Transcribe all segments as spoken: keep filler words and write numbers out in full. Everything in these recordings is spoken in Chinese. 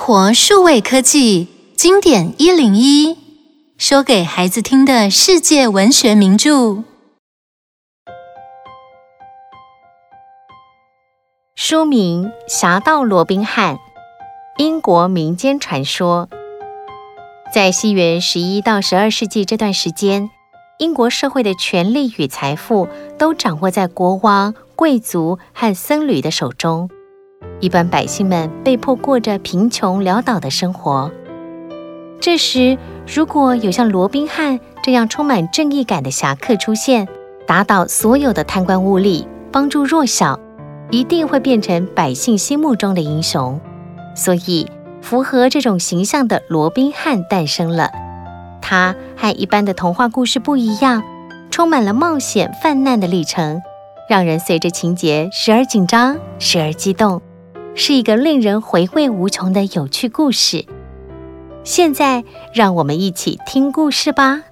活数位科技经典一零一，说给孩子听的世界文学名著。 书名《侠盗罗宾汉》，英国民间传说。在西元十一到十二世纪这段时间，英国社会的权力与财富都掌握在国王、贵族和僧侣的手中，一般百姓们被迫过着贫穷潦倒的生活。这时，如果有像罗宾汉这样充满正义感的侠客出现，打倒所有的贪官污吏，帮助弱小，一定会变成百姓心目中的英雄。所以，符合这种形象的罗宾汉诞生了。他和一般的童话故事不一样，充满了冒险犯难的历程，让人随着情节时而紧张，时而激动，是一个令人回味无穷的有趣故事。现在，让我们一起听故事吧。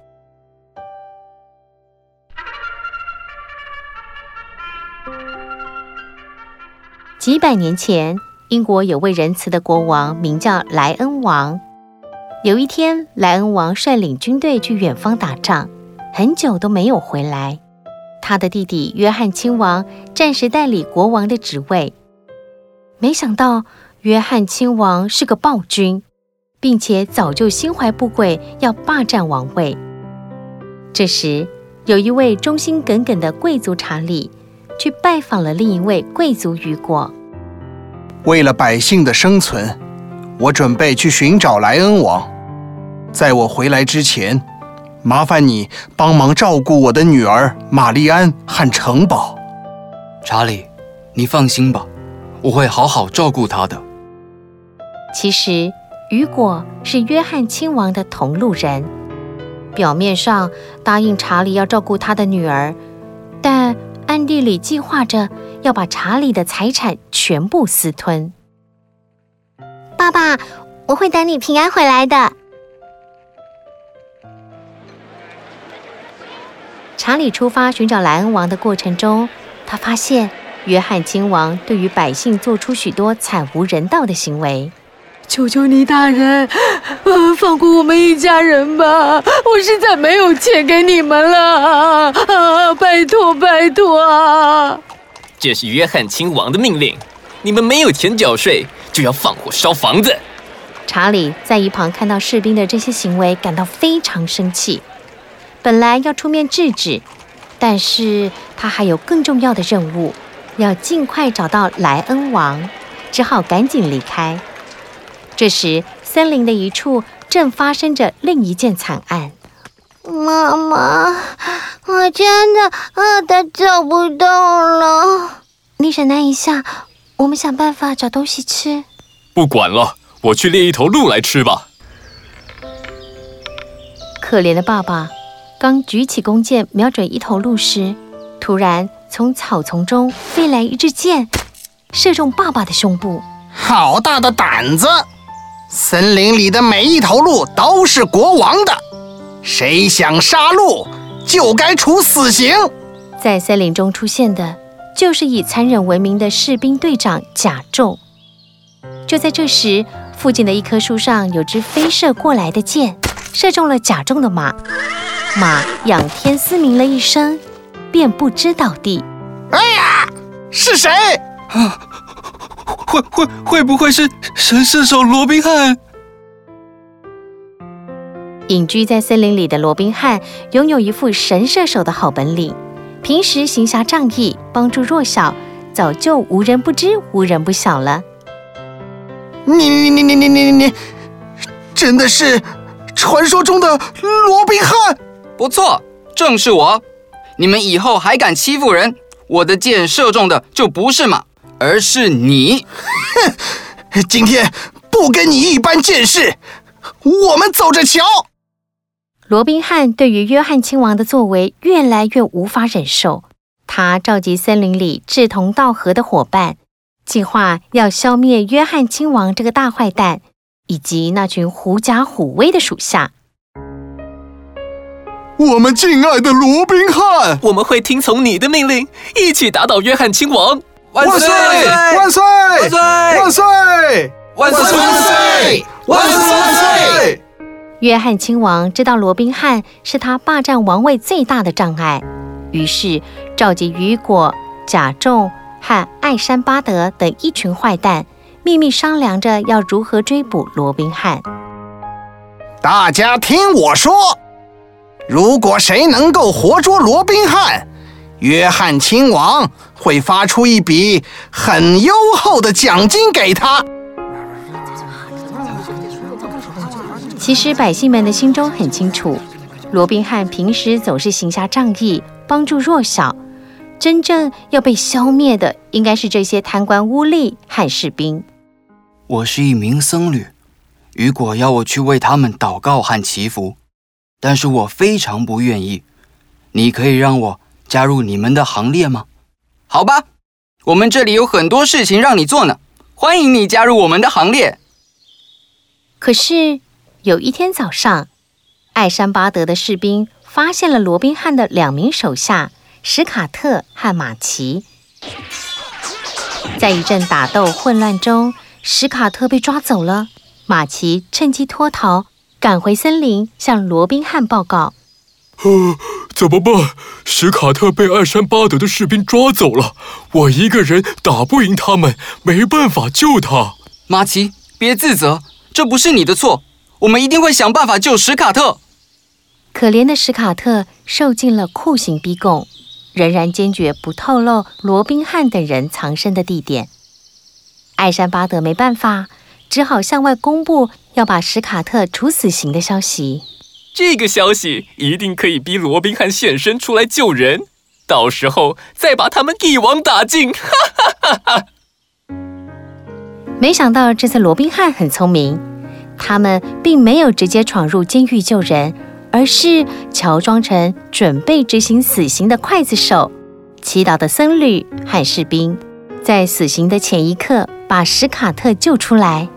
几百年前，英国有位仁慈的国王，名叫莱恩王。有一天，莱恩王率领军队去远方打仗，很久都没有回来。他的弟弟约翰亲王暂时代理国王的职位。没想到，约翰亲王是个暴君，并且早就心怀不轨，要霸占王位。这时，有一位忠心耿耿的贵族查理去拜访了另一位贵族雨果。 为了百姓的生存，我准备去寻找莱恩王。在我回来之前，麻烦你帮忙照顾我的女儿玛丽安和城堡。 查理，你放心吧，我会好好照顾她的。 其实，雨果是约翰亲王的同路人，表面上答应查理要照顾他的女儿，但暗地里计划着要把查理的财产全部私吞。 爸爸，我会等你平安回来的。 查理出发寻找莱恩王的过程中，他发现约翰亲王对于百姓做出许多惨无人道的行为。 求求你大人，呃，放过我们一家人吧！我实在没有钱给你们了，啊，拜托拜托啊！ 这是约翰亲王的命令，你们没有钱缴税，就要放火烧房子。 查理在一旁看到士兵的这些行为，感到非常生气。本来要出面制止，但是他还有更重要的任务，要尽快找到莱恩王，只好赶紧离开。这时，森林的一处正发生着另一件惨案。 妈妈，我真的饿得走不动了。 你忍耐一下，我们想办法找东西吃。 不管了，我去猎一头鹿来吃吧。 可怜的爸爸刚举起弓箭瞄准一头鹿时，突然从草丛中飞来一支箭，射中爸爸的胸部。 好大的胆子！森林里的每一头鹿都是国王的，谁想杀鹿，就该处死刑。 在森林中出现的，就是以残忍闻名的士兵队长甲胄。就在这时，附近的一棵树上有只飞射过来的箭，射中了甲胄的马。马仰天嘶鸣了一声，便不知倒地。 哎呀，是谁？ 啊，会会会不会是神射手罗宾汉？ 隐居在森林里的罗宾汉拥有一副神射手的好本领，平时行侠仗义，帮助弱小，早就无人不知，无人不晓了。 你你你你你你你，真的是传说中的罗宾汉？ 不错，正是我。你们以后还敢欺负人，我的箭射中的就不是马，而是你。 哼，今天不跟你一般见识，我们走着瞧。 罗宾汉对于约翰亲王的作为越来越无法忍受，他召集森林里志同道合的伙伴，计划要消灭约翰亲王这个大坏蛋，以及那群狐假虎威的属下。 我们敬爱的罗宾汉， 我们会听从你的命令，一起打倒约翰亲王。 万岁！万岁！万岁！万岁！万岁！ 岁！万岁万岁！ 约翰亲王知道罗宾汉是他霸占王位最大的障碍，于是召集雨果、甲仲和艾山巴德等一群坏蛋，秘密商量着要如何追捕罗宾汉。 大家听我说，如果谁能够活捉罗宾汉，约翰亲王会发出一笔很优厚的奖金给他。 其实百姓们的心中很清楚，罗宾汉平时总是行侠仗义，帮助弱小，真正要被消灭的应该是这些贪官污吏和士兵。 我是一名僧侣，雨果要我去为他们祷告和祈福，但是我非常不愿意。你可以让我加入你们的行列吗？好吧，我们这里有很多事情让你做呢，欢迎你加入我们的行列。 可是有一天早上，艾山巴德的士兵发现了罗宾汉的两名手下史卡特和马奇。在一阵打斗混乱中，史卡特被抓走了，马奇趁机脱逃，赶回森林向罗宾汉报告。 呃，怎么办？史卡特被艾山巴德的士兵抓走了，我一个人打不赢他们，没办法救他。 马奇，别自责，这不是你的错，我们一定会想办法救史卡特。 可怜的史卡特受尽了酷刑逼供，仍然坚决不透露罗宾汉等人藏身的地点。艾山巴德没办法，只好向外公布要把史卡特处死刑的消息。 这个消息一定可以逼罗宾汉现身出来救人，到时候再把他们一网打尽。哈哈哈哈！ 没想到这次罗宾汉很聪明，他们并没有直接闯入监狱救人，而是乔装成准备执行死刑的刽子手、祈祷的僧侣和士兵，在死刑的前一刻把史卡特救出来。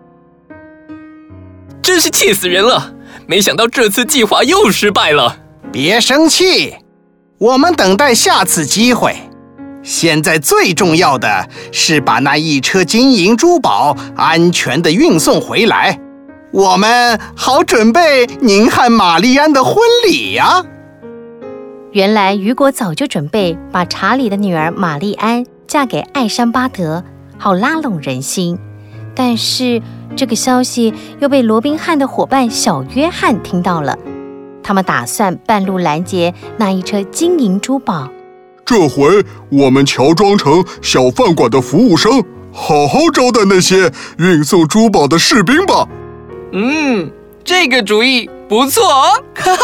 真是气死人了！没想到这次计划又失败了。 别生气，我们等待下次机会。现在最重要的是把那一车金银珠宝安全地运送回来，我们好准备您和玛丽安的婚礼呀。 原来雨果早就准备把查理的女儿玛丽安嫁给艾山巴德，好拉拢人心。但是这个消息又被罗宾汉的伙伴小约翰听到了，他们打算半路拦截那一车金银珠宝。 这回我们乔装成小饭馆的服务生，好好招待那些运送珠宝的士兵吧。 嗯，这个主意不错哦。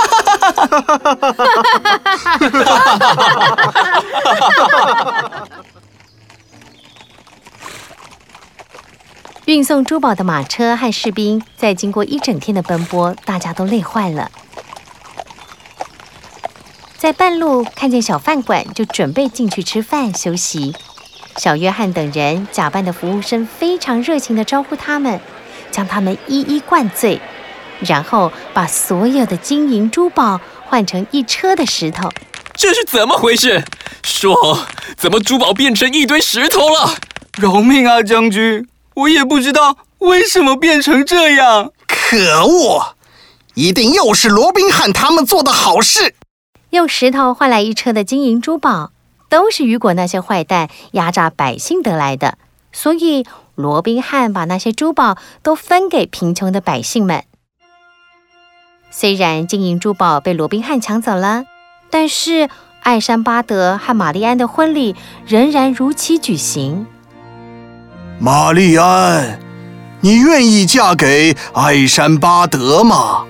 运送珠宝的马车和士兵在经过一整天的奔波，大家都累坏了。在半路看见小饭馆，就准备进去吃饭休息。小约翰等人假扮的服务生非常热情地招呼他们，将他们一一灌醉，然后把所有的金银珠宝换成一车的石头。 这是怎么回事？说，怎么珠宝变成一堆石头了？ 饶命啊，将军！我也不知道为什么变成这样。 可恶！一定又是罗宾汉他们做的好事。 用石头换来一车的金银珠宝，都是雨果那些坏蛋压榨百姓得来的，所以罗宾汉把那些珠宝都分给贫穷的百姓们。虽然金银珠宝被罗宾汉抢走了，但是艾山巴德和玛丽安的婚礼仍然如期举行。 玛丽安，你愿意嫁给艾山巴德吗？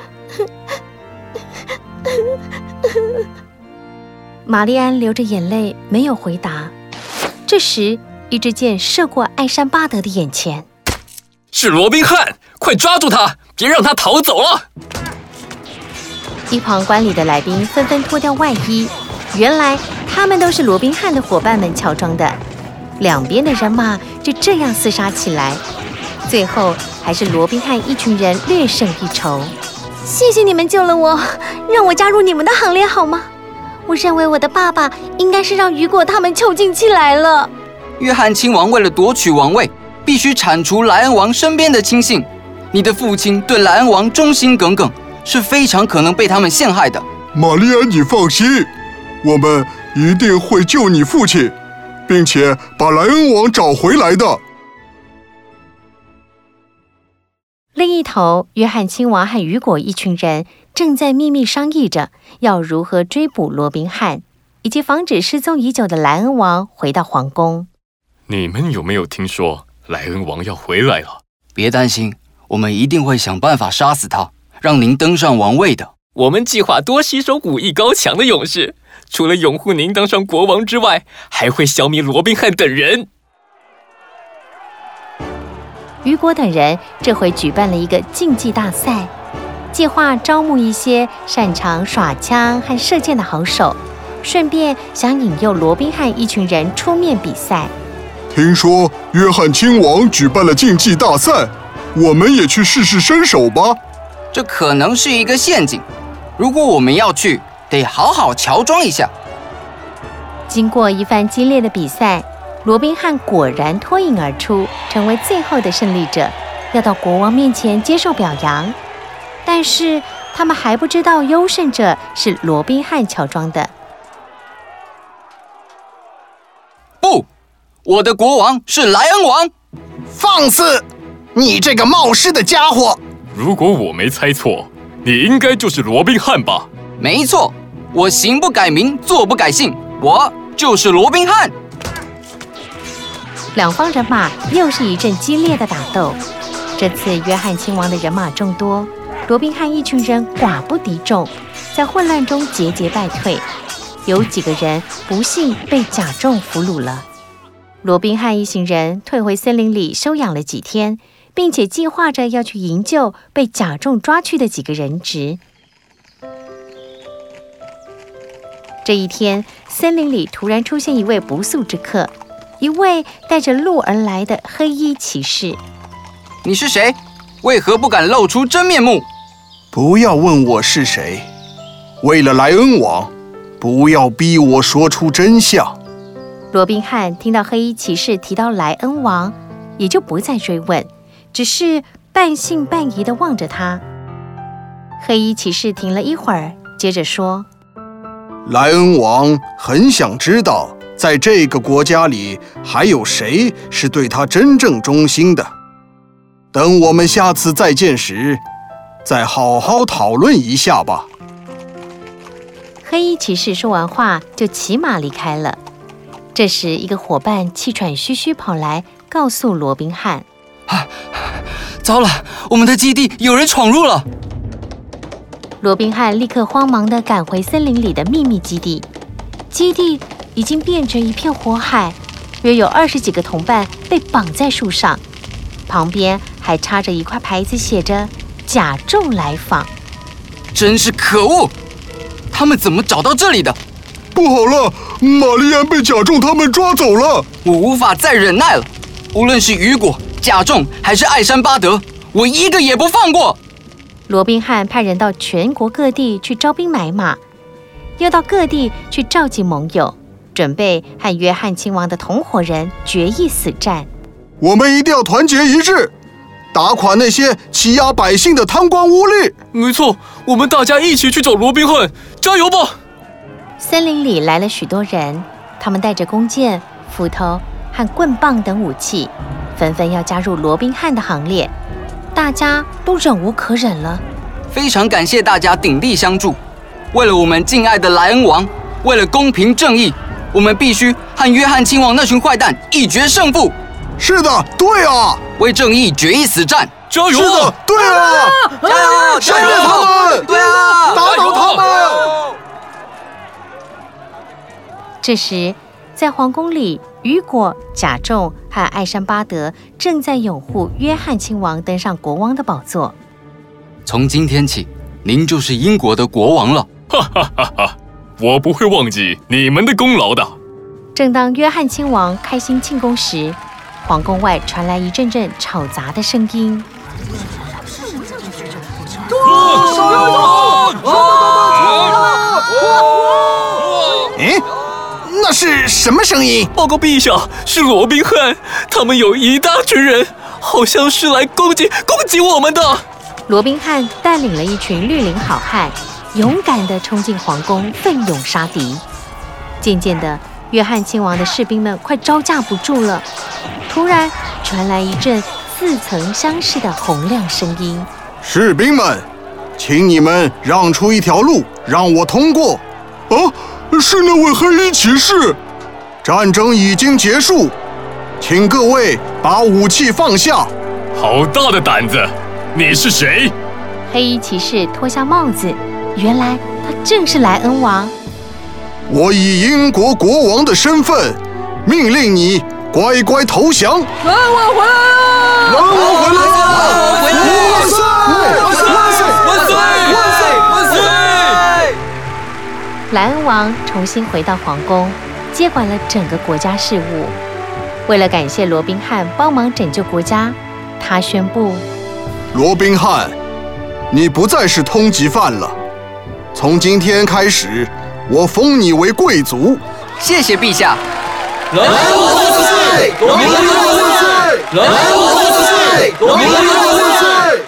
玛丽安流着眼泪，没有回答。这时，一支箭射过艾山巴德的眼前。 是罗宾汉，快抓住他，别让他逃走了！ 一旁观礼的来宾纷纷脱掉外衣，原来他们都是罗宾汉的伙伴们乔装的。两边的人马就这样厮杀起来，最后还是罗宾汉一群人略胜一筹。 谢谢你们救了我，让我加入你们的行列好吗？我认为我的爸爸应该是让雨果他们囚禁起来了。 约翰亲王为了夺取王位， 必须铲除莱恩王身边的亲信。你的父亲对莱恩王忠心耿耿，是非常可能被他们陷害的。 玛丽安，你放心，我们一定会救你父亲，并且把莱恩王找回来的。 另一头，约翰亲王和雨果一群人正在秘密商议着要如何追捕罗宾汉，以及防止失踪已久的莱恩王回到皇宫。 你们有没有听说莱恩王要回来了？ 别担心，我们一定会想办法杀死他，让您登上王位的。 我们计划多吸收武艺高强的勇士，除了拥护您当上国王之外，还会消灭罗宾汉等人。 雨果等人这回举办了一个竞技大赛，计划招募一些擅长耍枪和射箭的好手，顺便想引诱罗宾汉一群人出面比赛。 听说约翰亲王举办了竞技大赛，我们也去试试身手吧。 这可能是一个陷阱，如果我们要去，得好好乔装一下。 经过一番激烈的比赛，罗宾汉果然脱颖而出，成为最后的胜利者，要到国王面前接受表扬。但是他们还不知道优胜者是罗宾汉乔装的。 不，我的国王是莱恩王。 放肆！你这个冒失的家伙！ 如果我没猜错，你应该就是罗宾汉吧？ 没错，我行不改名，坐不改姓，我就是罗宾汉。 两方人马又是一阵激烈的打斗。这次约翰亲王的人马众多，罗宾汉一群人寡不敌众，在混乱中节节败退。有几个人不幸被甲众俘虏了。罗宾汉一行人退回森林里休养了几天，并且计划着要去营救被甲众抓去的几个人质。这一天，森林里突然出现一位不速之客，一位带着鹿而来的黑衣骑士。 你是谁？为何不敢露出真面目？ 不要问我是谁，为了莱恩王，不要逼我说出真相。 罗宾汉听到黑衣骑士提到莱恩王，也就不再追问，只是半信半疑地望着他。黑衣骑士停了一会儿，接着说： 莱恩王很想知道，在这个国家里还有谁是对他真正忠心的。等我们下次再见时，再好好讨论一下吧。 黑衣骑士说完话，就骑马离开了。这时，一个伙伴气喘吁吁跑来，告诉罗宾汉： 啊，糟了，我们的基地有人闯入了。 罗宾汉立刻慌忙地赶回森林里的秘密基地，基地已经变成一片火海，约有二十几个同伴被绑在树上，旁边还插着一块牌子，写着“甲众来访”。 真是可恶！他们怎么找到这里的？ 不好了，玛丽安被甲众他们抓走了！ 我无法再忍耐了，无论是雨果、甲众还是艾珊巴德，我一个也不放过。 罗宾汉派人到全国各地去招兵买马，又到各地去召集盟友，准备和约翰亲王的同伙人决一死战。 我们一定要团结一致，打垮那些欺压百姓的贪官污吏。 没错，我们大家一起去找罗宾汉，加油吧！ 森林里来了许多人，他们带着弓箭、斧头和棍棒等武器，纷纷要加入罗宾汉的行列。大家都忍无可忍了。 非常感谢大家鼎力相助，为了我们敬爱的莱恩王，为了公平正义，我们必须和约翰亲王那群坏蛋一决胜负。 是的，对啊， 为正义决一死战， 加油！ 是的，对啊， 加油！ 消灭他们！ 对啊， 打倒他们！ 这时，在皇宫里，雨果、甲仲和艾珊巴德正在拥护约翰亲王登上国王的宝座。 从今天起，您就是英国的国王了！ 哈哈哈哈！我不会忘记你们的功劳的。 正当约翰亲王开心庆功时，皇宫外传来一阵阵吵杂的声音。 哎，那那是什么声音？ 报告陛下，是罗宾汉，他们有一大群人，好像是来攻击攻击我们的。 罗宾汉带领了一群绿林好汉，勇敢地冲进皇宫，奋勇杀敌。渐渐的，约翰亲王的士兵们快招架不住了。突然传来一阵似曾相识的洪亮声音：“ 士兵们，请你们让出一条路，让我通过。” 啊，是那位黑衣骑士。 战争已经结束，请各位把武器放下。 好大的胆子！你是谁？ 黑衣骑士脱下帽子，原来他正是莱恩王。 我以英国国王的身份，命令你乖乖投降。 莱恩王回来了！ 莱恩王回来了！ 万岁！万岁！万岁！万岁！万岁！ 莱恩王重新回到皇宫，接管了整个国家事务。为了感谢罗宾汉帮忙拯救国家，他宣布： 罗宾汉，你不再是通缉犯了。从今天开始，我封你为贵族。 谢谢陛下。 莱恩王万岁！罗宾汉万岁！莱恩王万岁！罗宾汉万岁！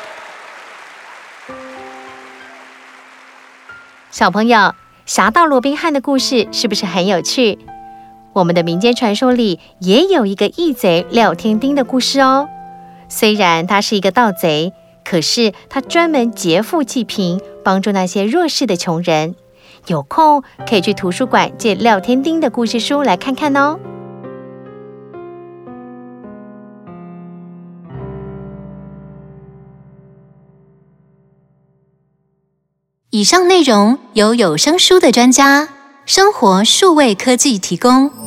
小朋友，侠盗罗宾汉的故事是不是很有趣？我们的民间传说里也有一个义贼廖天丁的故事哦。虽然他是一个盗贼，可是他专门劫富济贫，帮助那些弱势的穷人。有空可以去图书馆借廖天丁的故事书来看看哦。 以上内容由有声书的专家生活数位科技提供。